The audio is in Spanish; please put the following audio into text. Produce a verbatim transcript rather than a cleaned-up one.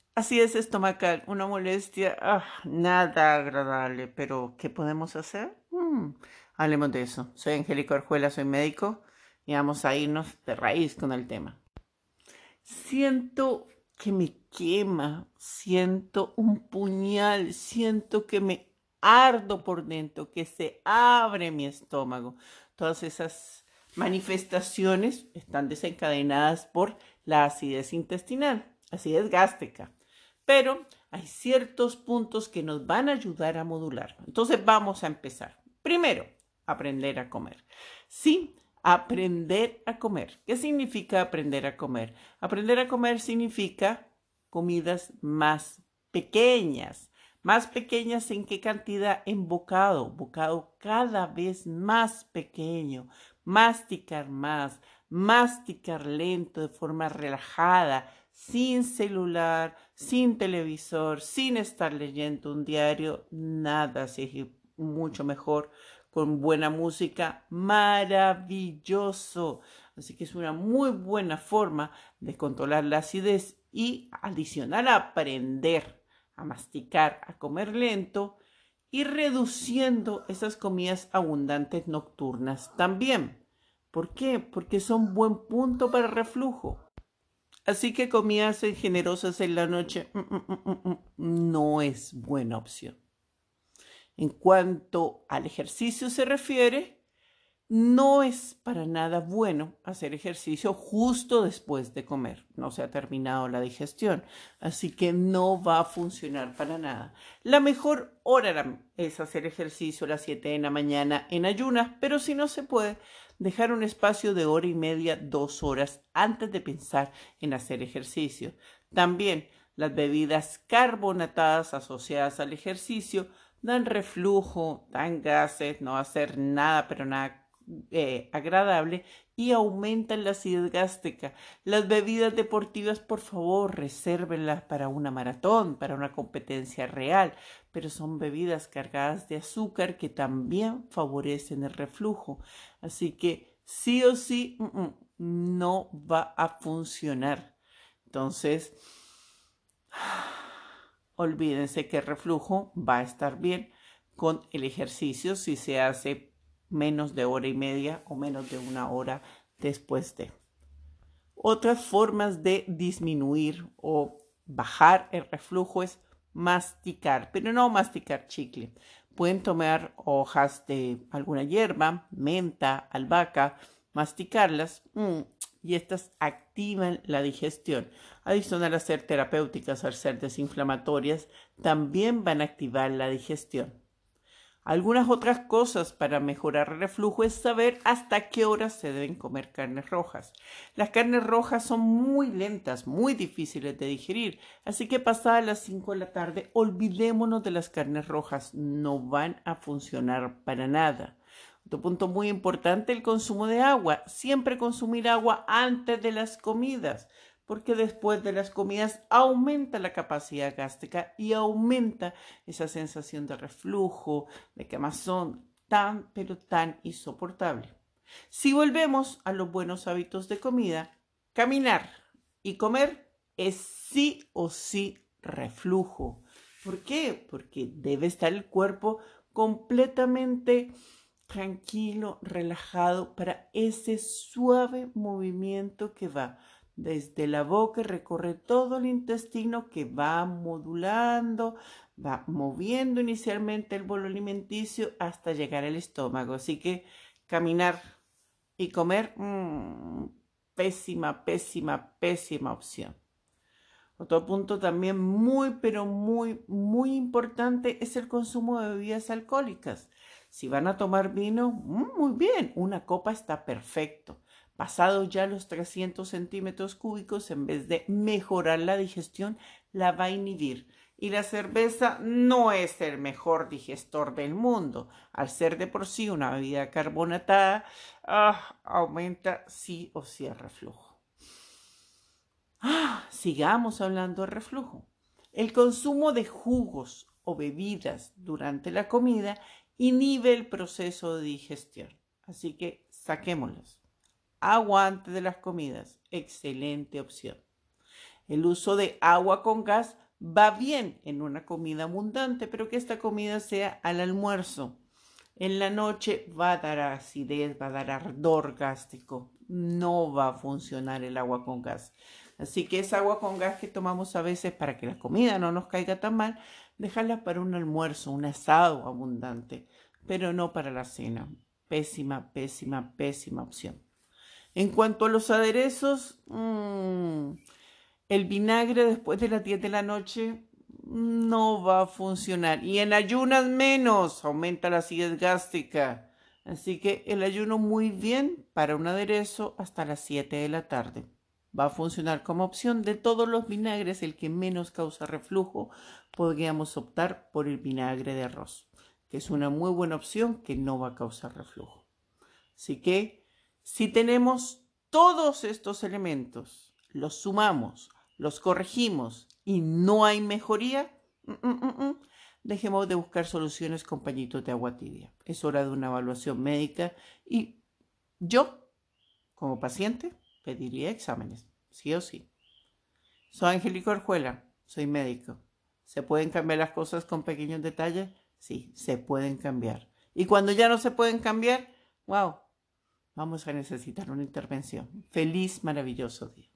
Así es estomacal, una molestia, ah, nada agradable, pero ¿qué podemos hacer? Mm, hablemos de eso. Soy Angélica Orjuela, soy médico y vamos a irnos de raíz con el tema. Siento que me quema, siento un puñal, siento que me ardo por dentro, que se abre mi estómago. Todas esas manifestaciones están desencadenadas por la acidez intestinal, acidez gástrica. Pero hay ciertos puntos que nos van a ayudar a modular. Entonces vamos a empezar. Primero, aprender a comer. Sí, aprender a comer. ¿Qué significa aprender a comer? Aprender a comer significa comidas más pequeñas. ¿Más pequeñas en qué cantidad? En bocado. Bocado cada vez más pequeño. Masticar más. Masticar lento, de forma relajada, sin celular, sin televisor, sin estar leyendo un diario. Nada, sí, mucho mejor con buena música, maravilloso. Así que es una muy buena forma de controlar la acidez y adicional a aprender a masticar, a comer lento y reduciendo esas comidas abundantes nocturnas también. ¿Por qué? Porque son buen punto para reflujo. Así que comidas generosas en la noche mm, mm, mm, mm, mm, no es buena opción. En cuanto al ejercicio se refiere, no es para nada bueno hacer ejercicio justo después de comer. No se ha terminado la digestión, así que no va a funcionar para nada. La mejor hora es hacer ejercicio a las siete de la mañana en ayunas, pero si no se puede, dejar un espacio de hora y media, dos horas antes de pensar en hacer ejercicio. También las bebidas carbonatadas asociadas al ejercicio dan reflujo, dan gases, no hacer nada, pero nada eh, agradable y aumentan la acidez gástrica. Las bebidas deportivas, por favor, resérvenlas para una maratón, para una competencia real, pero son bebidas cargadas de azúcar que también favorecen el reflujo. Así que sí o sí mm, mm, no va a funcionar. Entonces, olvídense que el reflujo va a estar bien con el ejercicio si se hace menos de hora y media o menos de una hora después de. Otras formas de disminuir o bajar el reflujo es masticar, pero no masticar chicle. Pueden tomar hojas de alguna hierba, menta, albahaca, masticarlas mmm, y estas activan la digestión. Adicional a ser terapéuticas, al ser desinflamatorias, también van a activar la digestión. Algunas otras cosas para mejorar el reflujo es saber hasta qué horas se deben comer carnes rojas. Las carnes rojas son muy lentas, muy difíciles de digerir, así que pasadas las cinco de la tarde olvidémonos de las carnes rojas, no van a funcionar para nada. Otro punto muy importante, el consumo de agua. Siempre consumir agua antes de las comidas, porque después de las comidas aumenta la capacidad gástrica y aumenta esa sensación de reflujo, de quemazón tan, pero tan insoportable. Si volvemos a los buenos hábitos de comida, caminar y comer es sí o sí reflujo. ¿Por qué? Porque debe estar el cuerpo completamente tranquilo, relajado para ese suave movimiento que va desde la boca y recorre todo el intestino, que va modulando, va moviendo inicialmente el bolo alimenticio hasta llegar al estómago. Así que caminar y comer, mmm, pésima, pésima, pésima opción. Otro punto también muy, pero muy, muy importante es el consumo de bebidas alcohólicas. Si van a tomar vino, muy bien, una copa está perfecto. Pasado ya los trescientos centímetros cúbicos, en vez de mejorar la digestión, la va a inhibir. Y la cerveza no es el mejor digestor del mundo. Al ser de por sí una bebida carbonatada, ah, aumenta sí o sí el reflujo. Ah, sigamos hablando de reflujo. El consumo de jugos o bebidas durante la comida inhibe el proceso de digestión. Así que saquémoslos. Agua antes de las comidas, excelente opción. El uso de agua con gas Va bien en una comida abundante, pero que esta comida sea al almuerzo. En la noche va a dar acidez, va a dar ardor gástrico. No va a funcionar el agua con gas. Así que esa agua con gas que tomamos a veces para que la comida no nos caiga tan mal, dejarla para un almuerzo, un asado abundante, pero no para la cena. Pésima, pésima, pésima opción. En cuanto a los aderezos, mmm, el vinagre después de las diez de la noche no va a funcionar. Y en ayunas menos, aumenta la acidez gástrica. Así que el ayuno muy bien para un aderezo hasta las siete de la tarde. Va a funcionar como opción. De todos los vinagres, el que menos causa reflujo, podríamos optar por el vinagre de arroz, que es una muy buena opción que no va a causar reflujo. Así que si tenemos todos estos elementos, los sumamos, los corregimos y no hay mejoría, mm, mm, mm, mm, dejemos de buscar soluciones con pañitos de agua tibia. Es hora de una evaluación médica y yo, como paciente, pediría exámenes, sí o sí. Soy Angélica Orjuela, soy médico. ¿Se pueden cambiar las cosas con pequeños detalles? Sí, se pueden cambiar. Y cuando ya no se pueden cambiar, wow, vamos a necesitar una intervención. Feliz, maravilloso día.